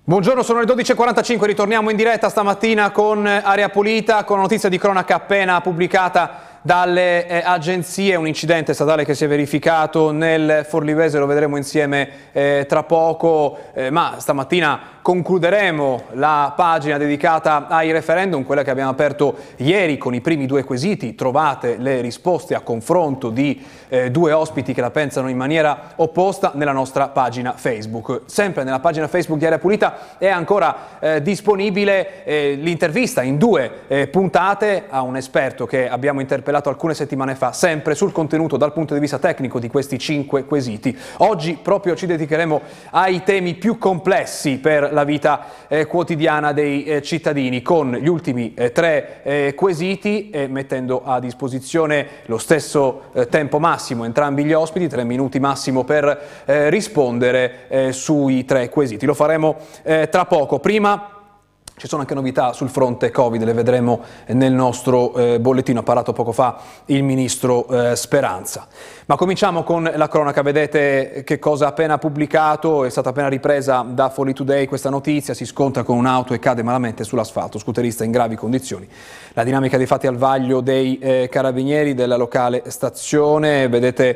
Buongiorno, sono le 12.45, ritorniamo in diretta stamattina con Area Pulita, con una notizia di cronaca appena pubblicata dalle agenzie, un incidente stradale che si è verificato nel Forlivese, lo vedremo insieme tra poco, ma stamattina concluderemo la pagina dedicata ai referendum, quella che abbiamo aperto ieri con i primi due quesiti. Trovate le risposte a confronto di due ospiti che la pensano in maniera opposta nella nostra pagina Facebook. Sempre nella pagina Facebook di Area Pulita è ancora disponibile l'intervista in due puntate a un esperto che abbiamo interpellato alcune settimane fa, sempre sul contenuto dal punto di vista tecnico di questi 5 quesiti. Oggi proprio ci dedicheremo ai temi più complessi per la vita quotidiana dei cittadini, con gli ultimi 3 quesiti e mettendo a disposizione lo stesso tempo massimo entrambi gli ospiti, 3 minuti massimo per rispondere sui 3 quesiti. Lo faremo tra poco. Prima ci sono anche novità sul fronte Covid, le vedremo nel nostro bollettino, ha parlato poco fa il ministro Speranza. Ma cominciamo con la cronaca. Vedete che cosa ha appena pubblicato, è stata appena ripresa da Folli Today questa notizia: si scontra con un'auto e cade malamente sull'asfalto, scooterista in gravi condizioni. La dinamica dei fatti al vaglio dei carabinieri della locale stazione, vedete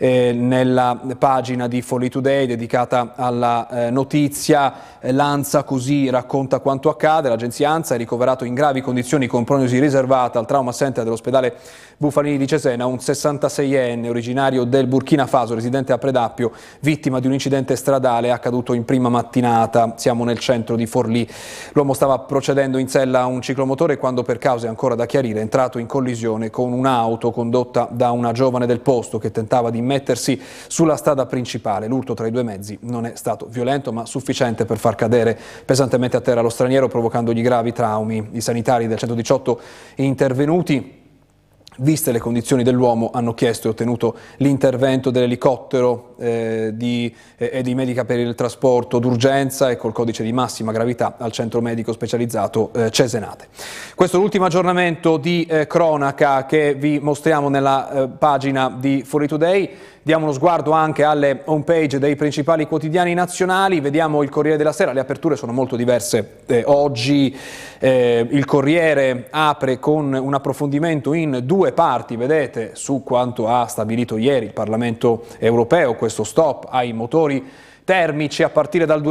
nella pagina di Folli Today dedicata alla notizia. L'ANSA così racconta quanto accade. L'agenzia ANSA ha ricoverato in gravi condizioni con prognosi riservata al trauma center dell'ospedale Bufalini di Cesena un 66enne originario del Burkina Faso, residente a Predappio, vittima di un incidente stradale accaduto in prima mattinata. Siamo nel centro di Forlì. L'uomo stava procedendo in sella a un ciclomotore quando, per cause ancora da chiarire, è entrato in collisione con un'auto condotta da una giovane del posto che tentava di mettersi sulla strada principale. L'urto tra i due mezzi non è stato violento, ma sufficiente per far cadere pesantemente a terra lo straniero, provocandogli gravi traumi. I sanitari del 118 intervenuti, viste le condizioni dell'uomo, hanno chiesto e ottenuto l'intervento dell'elicottero e di medica per il trasporto d'urgenza e col codice di massima gravità al centro medico specializzato Cesenate. Questo è l'ultimo aggiornamento di cronaca che vi mostriamo nella pagina di Folli Today. Diamo uno sguardo anche alle home page dei principali quotidiani nazionali. Vediamo il Corriere della Sera, le aperture sono molto diverse oggi. Il Corriere apre con un approfondimento in 2 parti, vedete, su quanto ha stabilito ieri il Parlamento europeo, questo stop ai motori termici a partire dal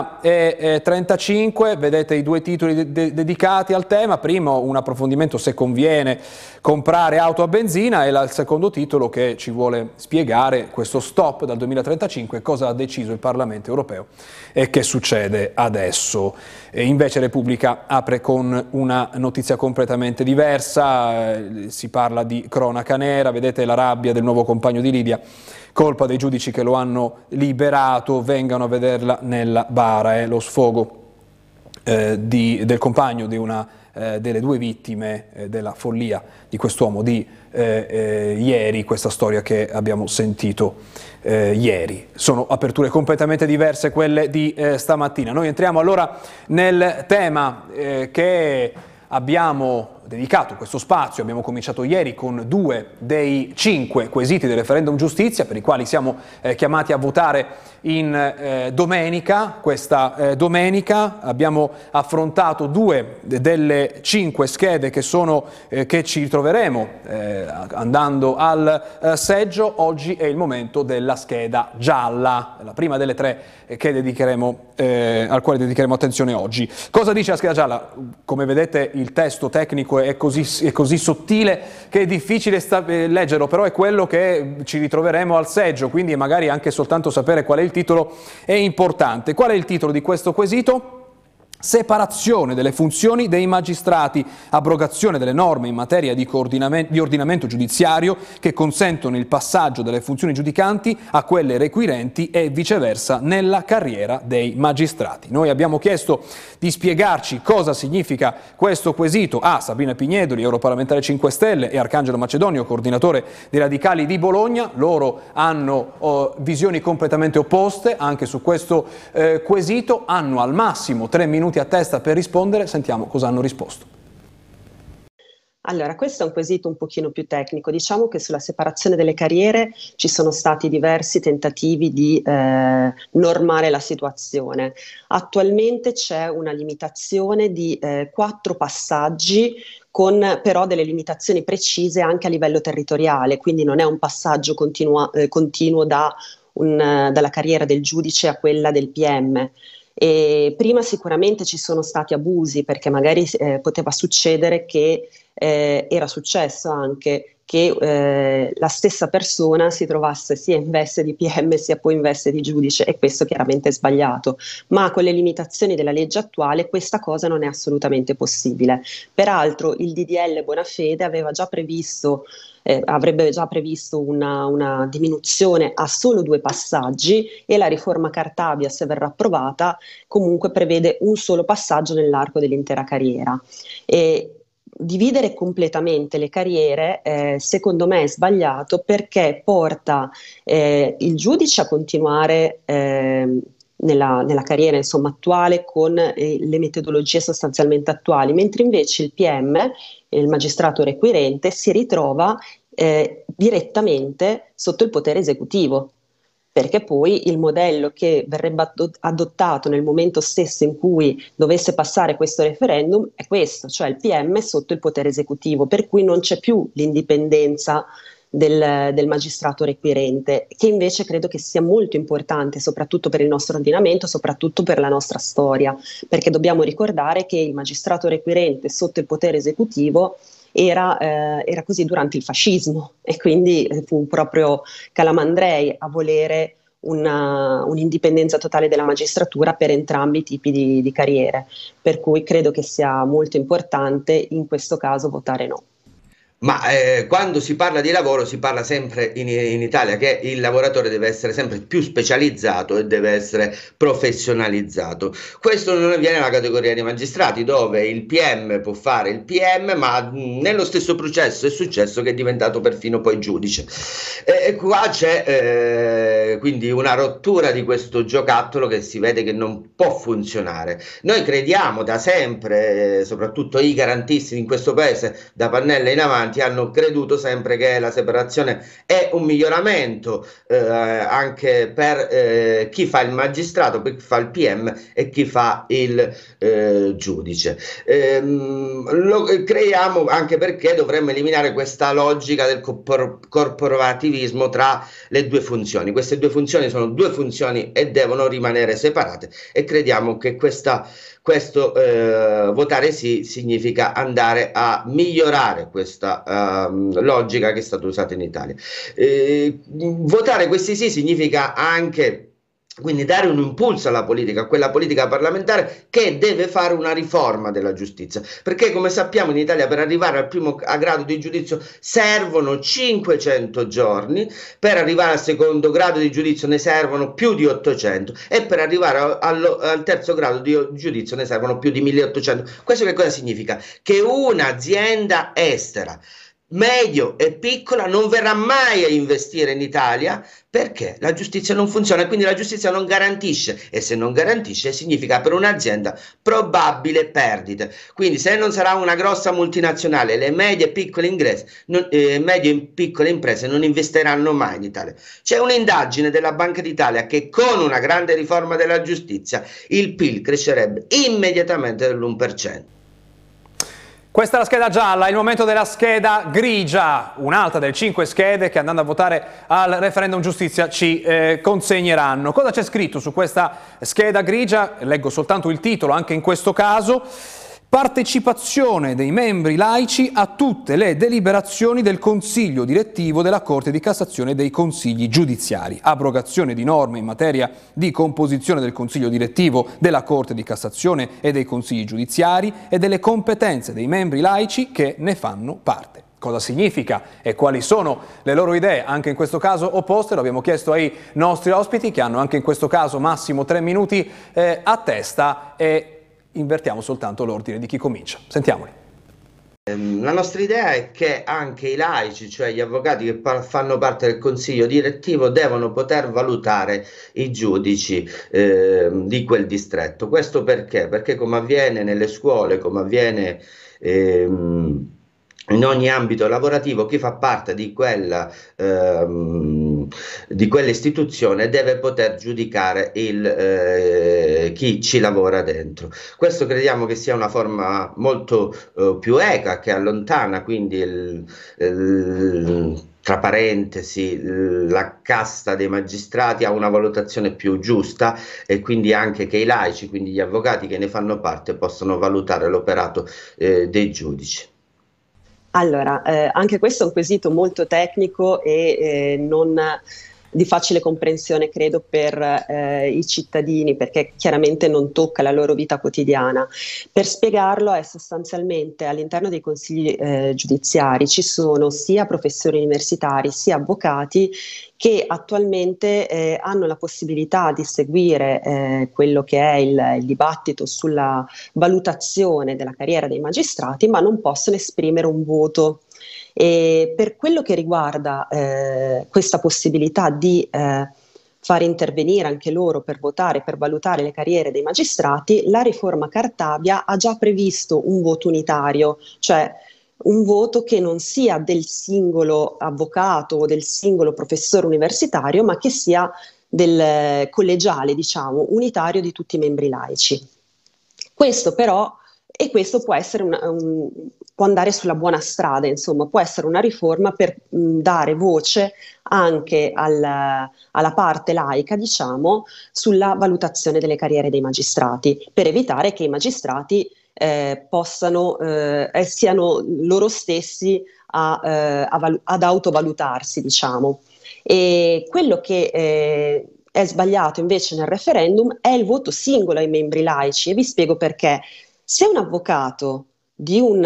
2035, vedete i 2 titoli dedicati al tema. Primo, un approfondimento se conviene comprare auto a benzina, e il secondo titolo che ci vuole spiegare questo stop dal 2035, cosa ha deciso il Parlamento europeo e che succede adesso. Invece Repubblica apre con una notizia completamente diversa, si parla di cronaca nera, vedete la rabbia del nuovo compagno di Lidia. Colpa dei giudici che lo hanno liberato, vengano a vederla nella bara. Lo sfogo del compagno di una delle 2 vittime della follia di quest'uomo di ieri, questa storia che abbiamo sentito ieri. Sono aperture completamente diverse quelle di stamattina. Noi entriamo allora nel tema che abbiamo dedicato questo spazio. Abbiamo cominciato ieri con 2 dei 5 quesiti del referendum giustizia, per i quali siamo chiamati a votare in domenica. Questa domenica abbiamo affrontato 2 delle 5 schede che ci ritroveremo andando al seggio. Oggi è il momento della scheda gialla, la prima delle 3 che al quale dedicheremo attenzione oggi. Cosa dice la scheda gialla? Come vedete, il testo tecnico è così sottile che è difficile leggerlo, però è quello che ci ritroveremo al seggio, quindi magari anche soltanto sapere qual è il titolo è importante. Qual è il titolo di questo quesito? Separazione delle funzioni dei magistrati, abrogazione delle norme in materia di ordinamento giudiziario che consentono il passaggio delle funzioni giudicanti a quelle requirenti e viceversa nella carriera dei magistrati. Noi abbiamo chiesto di spiegarci cosa significa questo quesito a Sabina Pignedoli, europarlamentare 5 Stelle, e Arcangelo Macedonio, coordinatore dei Radicali di Bologna. Loro hanno visioni completamente opposte anche su questo quesito, hanno al massimo 3 minuti a testa per rispondere. Sentiamo cosa hanno risposto. Allora, questo è un quesito un pochino più tecnico. Diciamo che sulla separazione delle carriere ci sono stati diversi tentativi di normare la situazione. Attualmente c'è una limitazione di 4 passaggi con però delle limitazioni precise anche a livello territoriale, quindi non è un passaggio continuo dalla carriera del giudice a quella del PM. E prima sicuramente ci sono stati abusi perché magari poteva succedere che era successo anche che la stessa persona si trovasse sia in veste di PM sia poi in veste di giudice e questo chiaramente è sbagliato, ma con le limitazioni della legge attuale questa cosa non è assolutamente possibile. Peraltro il DDL Bonafede avrebbe già previsto una diminuzione a solo 2 passaggi e la riforma Cartabia, se verrà approvata, comunque prevede un solo passaggio nell'arco dell'intera carriera. E dividere completamente le carriere, secondo me, è sbagliato perché porta il giudice a continuare nella carriera insomma, attuale con le metodologie sostanzialmente attuali, mentre invece il PM, il magistrato requirente, si ritrova direttamente sotto il potere esecutivo, perché poi il modello che verrebbe adottato nel momento stesso in cui dovesse passare questo referendum è questo, cioè il PM sotto il potere esecutivo, per cui non c'è più l'indipendenza del magistrato requirente, che invece credo che sia molto importante, soprattutto per il nostro ordinamento, soprattutto per la nostra storia, perché dobbiamo ricordare che il magistrato requirente sotto il potere esecutivo era così durante il fascismo e quindi fu proprio Calamandrei a volere un'indipendenza totale della magistratura per entrambi i tipi di carriere, per cui credo che sia molto importante in questo caso votare no. Ma quando si parla di lavoro si parla sempre in Italia che il lavoratore deve essere sempre più specializzato e deve essere professionalizzato. Questo non avviene nella categoria dei magistrati, dove il PM può fare il PM, ma nello stesso processo è successo che è diventato perfino poi giudice. E qua c'è quindi una rottura di questo giocattolo che si vede che non può funzionare. Noi crediamo da sempre, soprattutto i garantisti in questo paese, da Pannella in avanti, hanno creduto sempre che la separazione è un miglioramento anche per chi fa il magistrato, per chi fa il PM e chi fa il giudice. Lo creiamo anche perché dovremmo eliminare questa logica del corporativismo tra le due funzioni. Queste due funzioni sono due funzioni e devono rimanere separate e crediamo che questo votare sì significa andare a migliorare questa logica che è stata usata in Italia. Votare questi sì significa anche quindi dare un impulso alla politica, a quella politica parlamentare che deve fare una riforma della giustizia, perché come sappiamo in Italia per arrivare al primo grado di giudizio servono 500 giorni, per arrivare al secondo grado di giudizio ne servono più di 800 e per arrivare al terzo grado di giudizio ne servono più di 1800. Questo che cosa significa? Che un'azienda estera medio e piccola non verrà mai a investire in Italia perché la giustizia non funziona, quindi la giustizia non garantisce, e se non garantisce significa per un'azienda probabile perdite. Quindi se non sarà una grossa multinazionale, le medie e piccole imprese non investiranno mai in Italia. C'è un'indagine della Banca d'Italia che con una grande riforma della giustizia il PIL crescerebbe immediatamente dell'1%. Questa è la scheda gialla, è il momento della scheda grigia, un'altra delle 5 schede che andando a votare al referendum giustizia ci consegneranno. Cosa c'è scritto su questa scheda grigia? Leggo soltanto il titolo anche in questo caso. Partecipazione dei membri laici a tutte le deliberazioni del Consiglio direttivo della Corte di Cassazione e dei Consigli giudiziari. Abrogazione di norme in materia di composizione del Consiglio direttivo della Corte di Cassazione e dei Consigli giudiziari e delle competenze dei membri laici che ne fanno parte. Cosa significa e quali sono le loro idee, anche in questo caso opposte, lo abbiamo chiesto ai nostri ospiti che hanno anche in questo caso massimo 3 minuti a testa e invertiamo soltanto l'ordine di chi comincia. Sentiamoli. La nostra idea è che anche i laici, cioè gli avvocati che fanno parte del consiglio direttivo, devono poter valutare i giudici di quel distretto. Questo perché? Perché come avviene nelle scuole, come avviene in ogni ambito lavorativo chi fa parte di quell'istituzione deve poter giudicare chi ci lavora dentro. Questo crediamo che sia una forma molto più equa, che allontana quindi tra parentesi, la casta dei magistrati a una valutazione più giusta, e quindi anche che i laici, quindi gli avvocati che ne fanno parte, possano valutare l'operato dei giudici. Allora, anche questo è un quesito molto tecnico e non di facile comprensione, credo, per i cittadini, perché chiaramente non tocca la loro vita quotidiana. Per spiegarlo, è sostanzialmente all'interno dei consigli giudiziari ci sono sia professori universitari sia avvocati che attualmente hanno la possibilità di seguire quello che è il dibattito sulla valutazione della carriera dei magistrati, ma non possono esprimere un voto. E per quello che riguarda questa possibilità di far intervenire anche loro per votare, per valutare le carriere dei magistrati, la riforma Cartabia ha già previsto un voto unitario, cioè un voto che non sia del singolo avvocato o del singolo professore universitario, ma che sia del collegiale, diciamo, unitario di tutti i membri laici. Questo però, e questo può essere può andare sulla buona strada, insomma, può essere una riforma per dare voce anche alla parte laica, diciamo, sulla valutazione delle carriere dei magistrati, per evitare che i magistrati siano loro stessi ad autovalutarsi, diciamo. E quello che è sbagliato invece nel referendum è il voto singolo ai membri laici, e vi spiego perché. Se un avvocato di un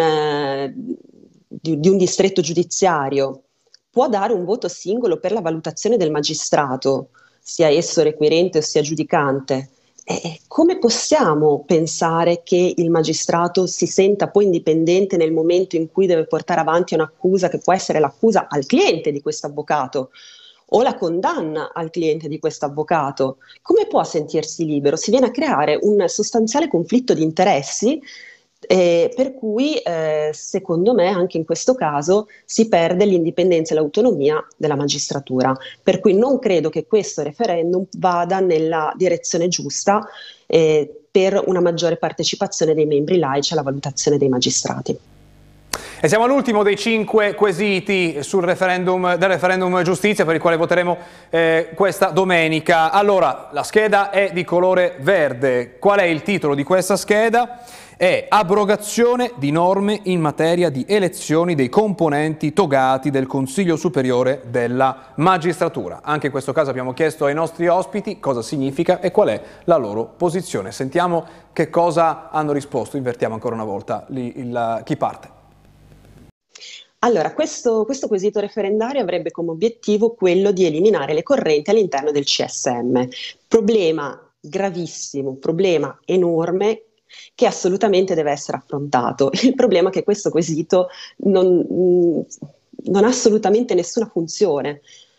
distretto giudiziario può dare un voto singolo per la valutazione del magistrato, sia esso requirente o sia giudicante, come possiamo pensare che il magistrato si senta poi indipendente nel momento in cui deve portare avanti un'accusa, che può essere l'accusa al cliente di questo avvocato o la condanna al cliente di questo avvocato? Come può sentirsi libero? Si viene a creare un sostanziale conflitto di interessi, per cui secondo me anche in questo caso si perde l'indipendenza e l'autonomia della magistratura, per cui non credo che questo referendum vada nella direzione giusta per una maggiore partecipazione dei membri laici alla valutazione dei magistrati. E siamo all'ultimo dei 5 quesiti del referendum giustizia, per il quale voteremo questa domenica. Allora, la scheda è di colore verde. Qual è il titolo di questa scheda? È abrogazione di norme in materia di elezioni dei componenti togati del Consiglio Superiore della Magistratura. Anche in questo caso abbiamo chiesto ai nostri ospiti cosa significa e qual è la loro posizione. Sentiamo che cosa hanno risposto. Invertiamo ancora una volta chi parte. Allora, questo quesito referendario avrebbe come obiettivo quello di eliminare le correnti all'interno del CSM. Problema gravissimo, problema enorme che assolutamente deve essere affrontato. Il problema è che questo quesito non ha assolutamente nessuna funzione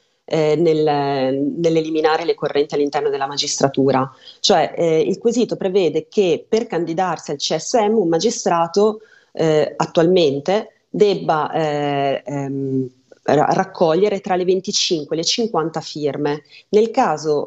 nell'eliminare le correnti all'interno della magistratura. Cioè, il quesito prevede che per candidarsi al CSM un magistrato attualmente debba raccogliere tra le 25 e le 50 firme. Nel caso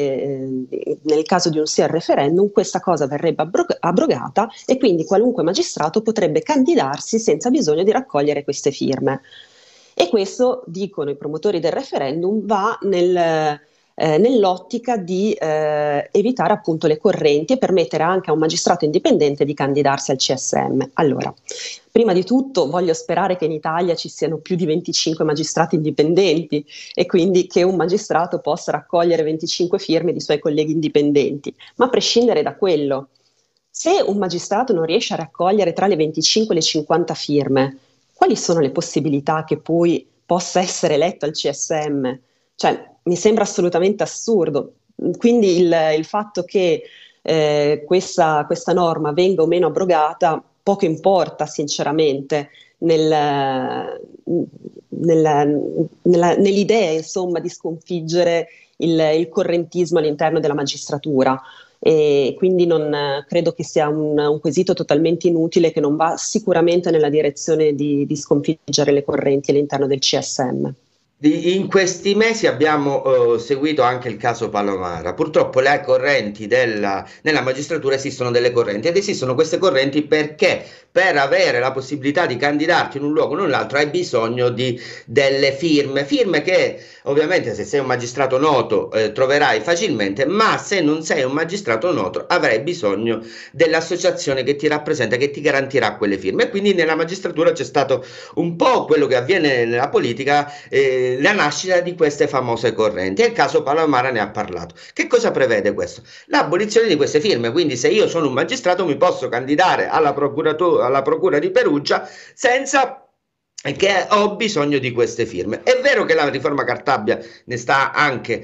di un sì al referendum, questa cosa verrebbe abrogata e quindi qualunque magistrato potrebbe candidarsi senza bisogno di raccogliere queste firme. E questo, dicono i promotori del referendum, va nell'ottica di evitare appunto le correnti e permettere anche a un magistrato indipendente di candidarsi al CSM. Allora, prima di tutto voglio sperare che in Italia ci siano più di 25 magistrati indipendenti e quindi che un magistrato possa raccogliere 25 firme di suoi colleghi indipendenti. Ma a prescindere da quello, se un magistrato non riesce a raccogliere tra le 25 e le 50 firme, quali sono le possibilità che poi possa essere eletto al CSM? Cioè, mi sembra assolutamente assurdo. Quindi il fatto che questa norma venga o meno abrogata poco importa sinceramente nell'idea insomma di sconfiggere il correntismo all'interno della magistratura. e quindi non credo che sia un quesito totalmente inutile, che non va sicuramente nella direzione di sconfiggere le correnti all'interno del CSM. In questi mesi abbiamo seguito anche il caso Palamara. Purtroppo le correnti nella magistratura, esistono delle correnti, ed esistono queste correnti perché per avere la possibilità di candidarti in un luogo o in un altro hai bisogno di delle firme che ovviamente, se sei un magistrato noto, troverai facilmente, ma se non sei un magistrato noto avrai bisogno dell'associazione che ti rappresenta, che ti garantirà quelle firme. E quindi nella magistratura c'è stato un po' quello che avviene nella politica, la nascita di queste famose correnti, e il caso Palamara ne ha parlato. Che cosa prevede questo? L'abolizione di queste firme. Quindi se io sono un magistrato mi posso candidare alla procura di Perugia senza che ho bisogno di queste firme. È vero che la riforma Cartabia ne sta anche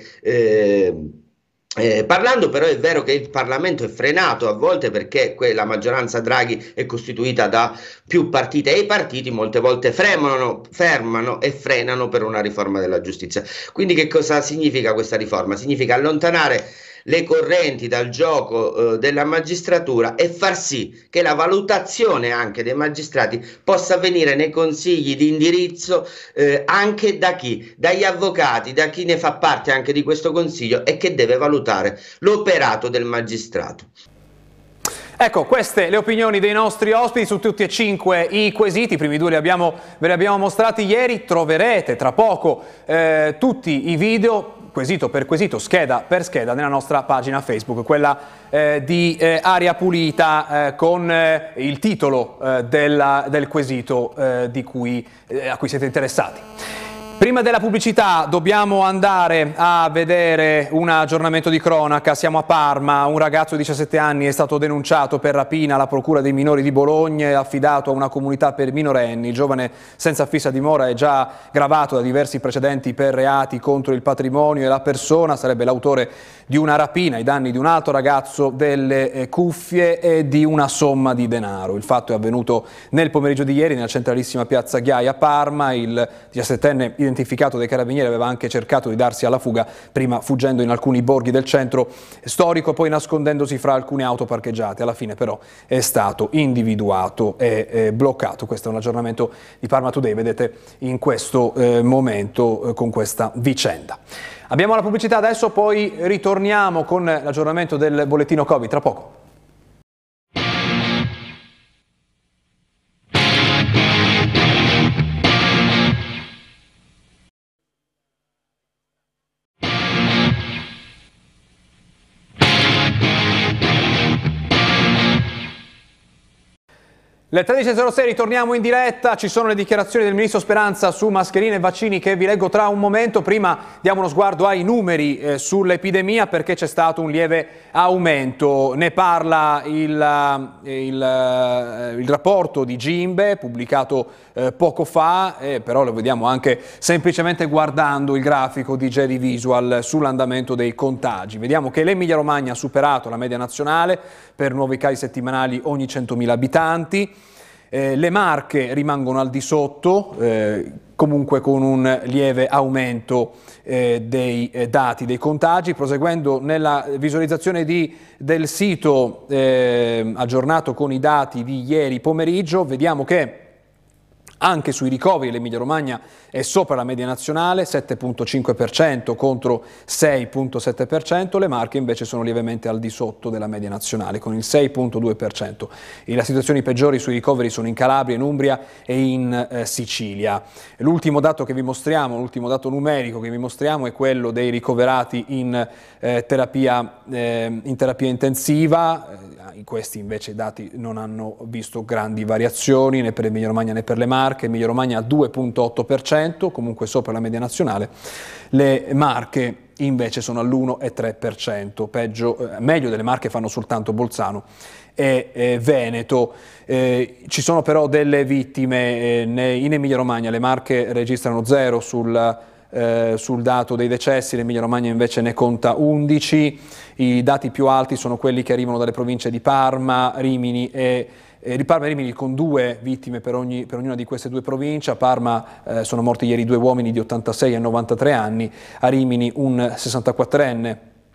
parlando, però è vero che il Parlamento è frenato a volte, perché la maggioranza Draghi è costituita da più partiti, e i partiti molte volte fermano e frenano per una riforma della giustizia. Quindi che cosa significa questa riforma? Significa allontanare le correnti dal gioco della magistratura e far sì che la valutazione anche dei magistrati possa avvenire nei consigli di indirizzo anche da chi? Dagli avvocati, da chi ne fa parte anche di questo consiglio e che deve valutare l'operato del magistrato. Ecco, queste le opinioni dei nostri ospiti su tutti e 5 i quesiti. I primi due ve li abbiamo mostrati ieri. Troverete tra poco tutti i video, quesito per quesito, scheda per scheda, nella nostra pagina Facebook, quella di Aria Pulita, con il titolo del quesito a cui siete interessati. Prima della pubblicità dobbiamo andare a vedere un aggiornamento di cronaca. Siamo a Parma. Un ragazzo di 17 anni è stato denunciato per rapina alla Procura dei minori di Bologna e affidato a una comunità per minorenni. Il giovane senza fissa dimora è già gravato da diversi precedenti per reati contro il patrimonio e la persona. Sarebbe l'autore di una rapina ai danni di un altro ragazzo, delle cuffie e di una somma di denaro. Il fatto è avvenuto nel pomeriggio di ieri nella centralissima piazza Ghiaia a Parma. Il 17enne identificato dai carabinieri aveva anche cercato di darsi alla fuga, prima fuggendo in alcuni borghi del centro storico, poi nascondendosi fra alcune auto parcheggiate. Alla fine però è stato individuato e bloccato. Questo è un aggiornamento di Parma Today, vedete in questo momento con questa vicenda. Abbiamo la pubblicità adesso, poi ritorniamo con l'aggiornamento del bollettino Covid tra poco. Le 13.06, ritorniamo in diretta. Ci sono le dichiarazioni del ministro Speranza su mascherine e vaccini che vi leggo tra un momento. Prima diamo uno sguardo ai numeri sull'epidemia, perché c'è stato un lieve aumento. Ne parla il rapporto di Gimbe pubblicato poco fa, però lo vediamo anche semplicemente guardando il grafico di Gedi Visual sull'andamento dei contagi. Vediamo che l'Emilia Romagna ha superato la media nazionale per nuovi casi settimanali ogni 100.000 abitanti. Le Marche rimangono al di sotto, comunque con un lieve aumento dei dati dei contagi. Proseguendo nella visualizzazione del sito aggiornato con i dati di ieri pomeriggio, vediamo che anche sui ricoveri l'Emilia Romagna è sopra la media nazionale, 7,5% contro 6,7%, le Marche invece sono lievemente al di sotto della media nazionale con il 6,2%. E le situazioni peggiori sui ricoveri sono in Calabria, in Umbria e in Sicilia. L'ultimo dato che vi mostriamo, l'ultimo dato numerico che vi mostriamo è quello dei ricoverati in terapia intensiva. In questi invece i dati non hanno visto grandi variazioni né per l'Emilia Romagna né per le Marche. Emilia Romagna al 2,8%, comunque sopra la media nazionale. Le Marche invece sono all'1,3%, meglio delle Marche fanno soltanto Bolzano e Veneto. Ci sono però delle vittime in Emilia Romagna. Le Marche registrano 0 sul dato dei decessi, l'Emilia Romagna invece ne conta 11. I dati più alti sono quelli che arrivano dalle province di Parma, Rimini e Rimini, con 2 vittime per ognuna di queste 2 province. A Parma sono morti ieri 2 uomini di 86 e 93 anni, a Rimini un 64enne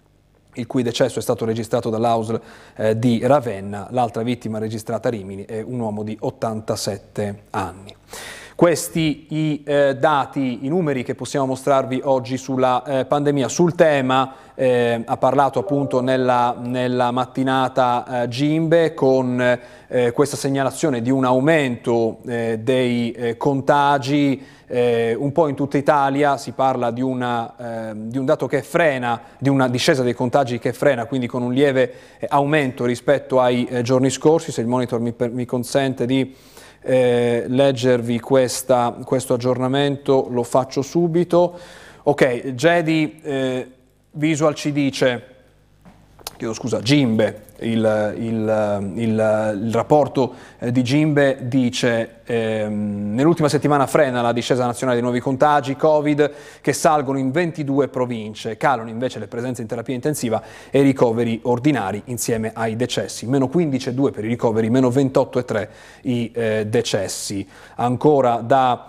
il cui decesso è stato registrato dall'AUSL di Ravenna. L'altra vittima registrata a Rimini è un uomo di 87 anni. Questi i dati, i numeri che possiamo mostrarvi oggi sulla pandemia. Sul tema ha parlato appunto nella mattinata Gimbe con questa segnalazione di un aumento dei contagi un po' in tutta Italia. Si parla di un dato che frena, di una discesa dei contagi che frena, quindi con un lieve aumento rispetto ai giorni scorsi. Se il monitor mi consente di leggervi questo aggiornamento, lo faccio subito. Ok, Gedi Visual ci dice, chiedo scusa, Gimbe, il rapporto di Gimbe dice nell'ultima settimana frena la discesa nazionale dei nuovi contagi Covid che salgono in 22 province, calano invece le presenze in terapia intensiva e i ricoveri ordinari insieme ai decessi, meno 15,2 per i ricoveri, meno 28,3 i decessi. Ancora da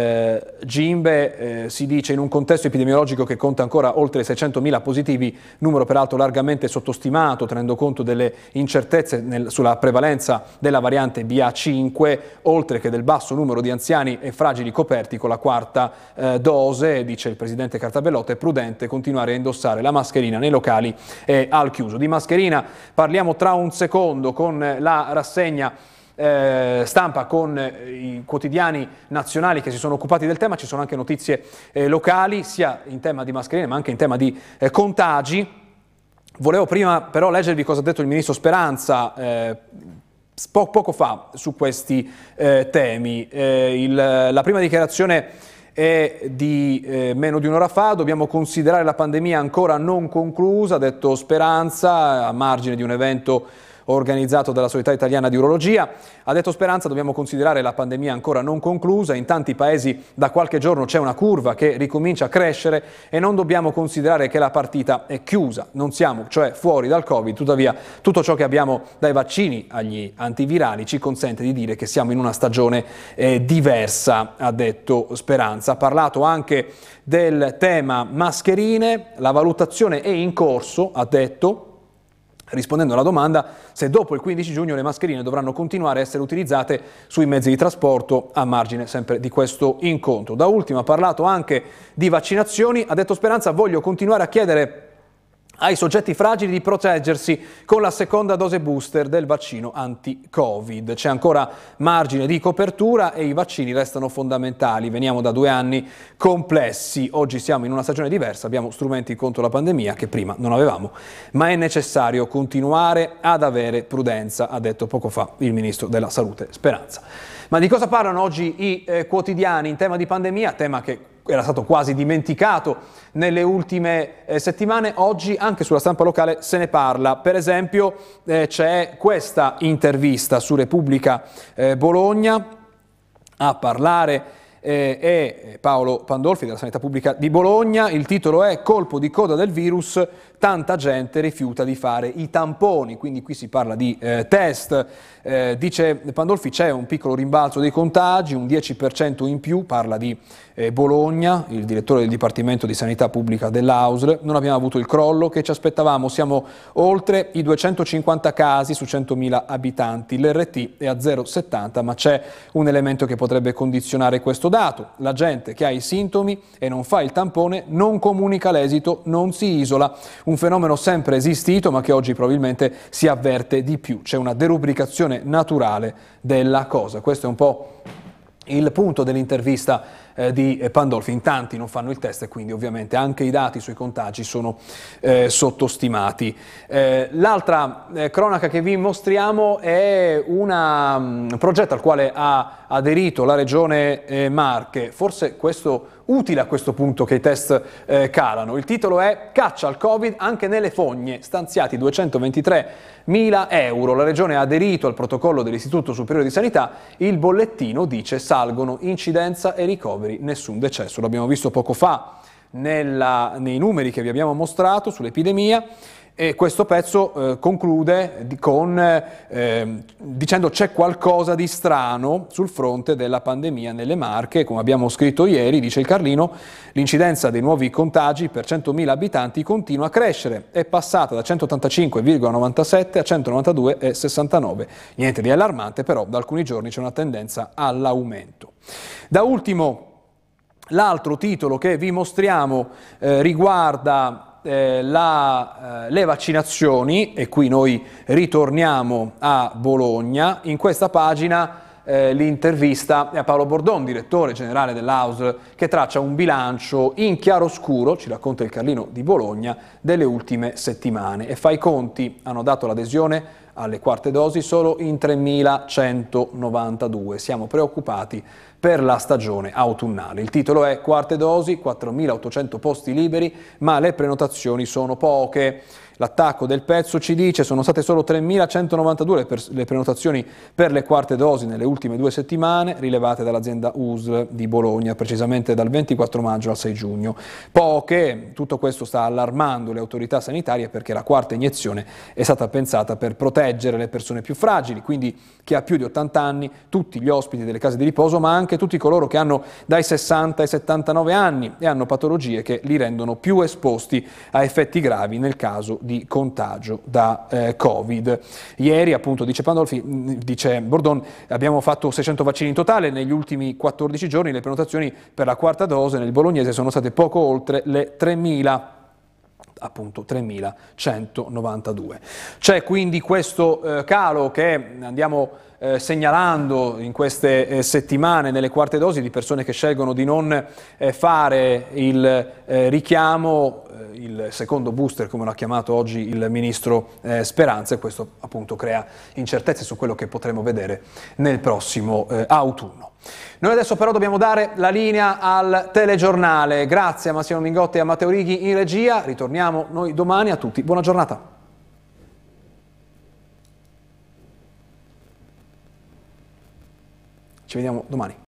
Gimbe si dice in un contesto epidemiologico che conta ancora oltre 600.000 positivi, numero peraltro largamente sottostimato tenendo conto delle incertezze sulla prevalenza della variante BA5, oltre che del basso numero di anziani e fragili coperti con la quarta dose, dice il presidente Cartabellotta, è prudente continuare a indossare la mascherina nei locali e al chiuso. Di mascherina parliamo tra un secondo con la rassegna stampa, con i quotidiani nazionali che si sono occupati del tema. Ci sono anche notizie locali, sia in tema di mascherine ma anche in tema di contagi. Volevo prima però leggervi cosa ha detto il ministro Speranza poco fa su questi temi. La prima dichiarazione è di meno di un'ora fa. Dobbiamo considerare la pandemia ancora non conclusa, ha detto Speranza, a margine di un evento organizzato dalla Società Italiana di Urologia. Ha detto Speranza, dobbiamo considerare la pandemia ancora non conclusa, in tanti paesi da qualche giorno c'è una curva che ricomincia a crescere e non dobbiamo considerare che la partita è chiusa, non siamo cioè fuori dal Covid, tuttavia tutto ciò che abbiamo dai vaccini agli antivirali ci consente di dire che siamo in una stagione diversa, ha detto Speranza. Ha parlato anche del tema mascherine, la valutazione è in corso, ha detto, rispondendo alla domanda se dopo il 15 giugno le mascherine dovranno continuare a essere utilizzate sui mezzi di trasporto, a margine sempre di questo incontro. Da ultimo ha parlato anche di vaccinazioni, ha detto Speranza, voglio continuare a chiedere ai soggetti fragili di proteggersi con la seconda dose booster del vaccino anti-Covid. C'è ancora margine di copertura e i vaccini restano fondamentali. Veniamo da 2 anni complessi. Oggi siamo in una stagione diversa, abbiamo strumenti contro la pandemia che prima non avevamo, ma è necessario continuare ad avere prudenza, ha detto poco fa il ministro della Salute Speranza. Ma di cosa parlano oggi i quotidiani in tema di pandemia? Tema che era stato quasi dimenticato nelle ultime settimane. Oggi anche sulla stampa locale se ne parla. Per esempio c'è questa intervista su Repubblica Bologna. A parlare è Paolo Pandolfi della Sanità Pubblica di Bologna. Il titolo è "Colpo di coda del virus, tanta gente rifiuta di fare i tamponi", quindi qui si parla di test. Dice Pandolfi c'è un piccolo rimbalzo dei contagi, un 10% in più, parla di Bologna, il direttore del Dipartimento di Sanità Pubblica dell'AUSL. Non abbiamo avuto il crollo che ci aspettavamo, siamo oltre i 250 casi su 100.000 abitanti, l'RT è a 0,70, ma c'è un elemento che potrebbe condizionare questo dato: la gente che ha i sintomi e non fa il tampone non comunica l'esito, non si isola, un fenomeno sempre esistito ma che oggi probabilmente si avverte di più, c'è una derubricazione naturale della cosa. Questo è un po' il punto dell'intervista di Pandolfi. In tanti non fanno il test e quindi ovviamente anche i dati sui contagi sono sottostimati. L'altra cronaca che vi mostriamo è un progetto al quale ha aderito la Regione Marche. Forse questo utile a questo punto che i test calano. Il titolo è "Caccia al Covid anche nelle fogne", stanziati 223.000 euro. La Regione ha aderito al protocollo dell'Istituto Superiore di Sanità. Il bollettino dice salgono incidenza e ricoveri, nessun decesso. L'abbiamo visto poco fa nei numeri che vi abbiamo mostrato sull'epidemia. E questo pezzo conclude dicendo c'è qualcosa di strano sul fronte della pandemia nelle Marche. Come abbiamo scritto ieri, dice il Carlino, l'incidenza dei nuovi contagi per 100.000 abitanti continua a crescere, è passata da 185,97 a 192,69. Niente di allarmante, però da alcuni giorni c'è una tendenza all'aumento. Da ultimo, l'altro titolo che vi mostriamo riguarda le vaccinazioni, e qui noi ritorniamo a Bologna. In questa pagina l'intervista è a Paolo Bordon, direttore generale dell'AUSL, che traccia un bilancio in chiaroscuro, ci racconta il Carlino di Bologna, delle ultime settimane e fa i conti. Hanno dato l'adesione alle quarte dosi solo in 3.192. Siamo preoccupati per la stagione autunnale. Il titolo è Quarte dosi, 4.800 posti liberi, ma le prenotazioni sono poche. L'attacco del pezzo ci dice sono state solo 3.192 le prenotazioni per le quarte dosi nelle ultime 2 settimane, rilevate dall'azienda USL di Bologna, precisamente dal 24 maggio al 6 giugno. Poche, tutto questo sta allarmando le autorità sanitarie perché la quarta iniezione è stata pensata per proteggere le persone più fragili, quindi chi ha più di 80 anni, tutti gli ospiti delle case di riposo, ma anche tutti coloro che hanno dai 60 ai 79 anni e hanno patologie che li rendono più esposti a effetti gravi nel caso di contagio da Covid. Ieri, appunto, dice Bordon, abbiamo fatto 600 vaccini in totale. Negli ultimi 14 giorni le prenotazioni per la quarta dose nel bolognese sono state poco oltre le 3.000. Appunto 3.192. C'è quindi questo calo che andiamo segnalando in queste settimane nelle quarte dosi di persone che scelgono di non fare il richiamo, il secondo booster come l'ha chiamato oggi il ministro Speranza, e questo appunto crea incertezze su quello che potremo vedere nel prossimo autunno. Noi adesso però dobbiamo dare la linea al telegiornale. Grazie a Massimo Mingotti e a Matteo Righi in regia. Ritorniamo noi domani. A tutti buona giornata. Ci vediamo domani.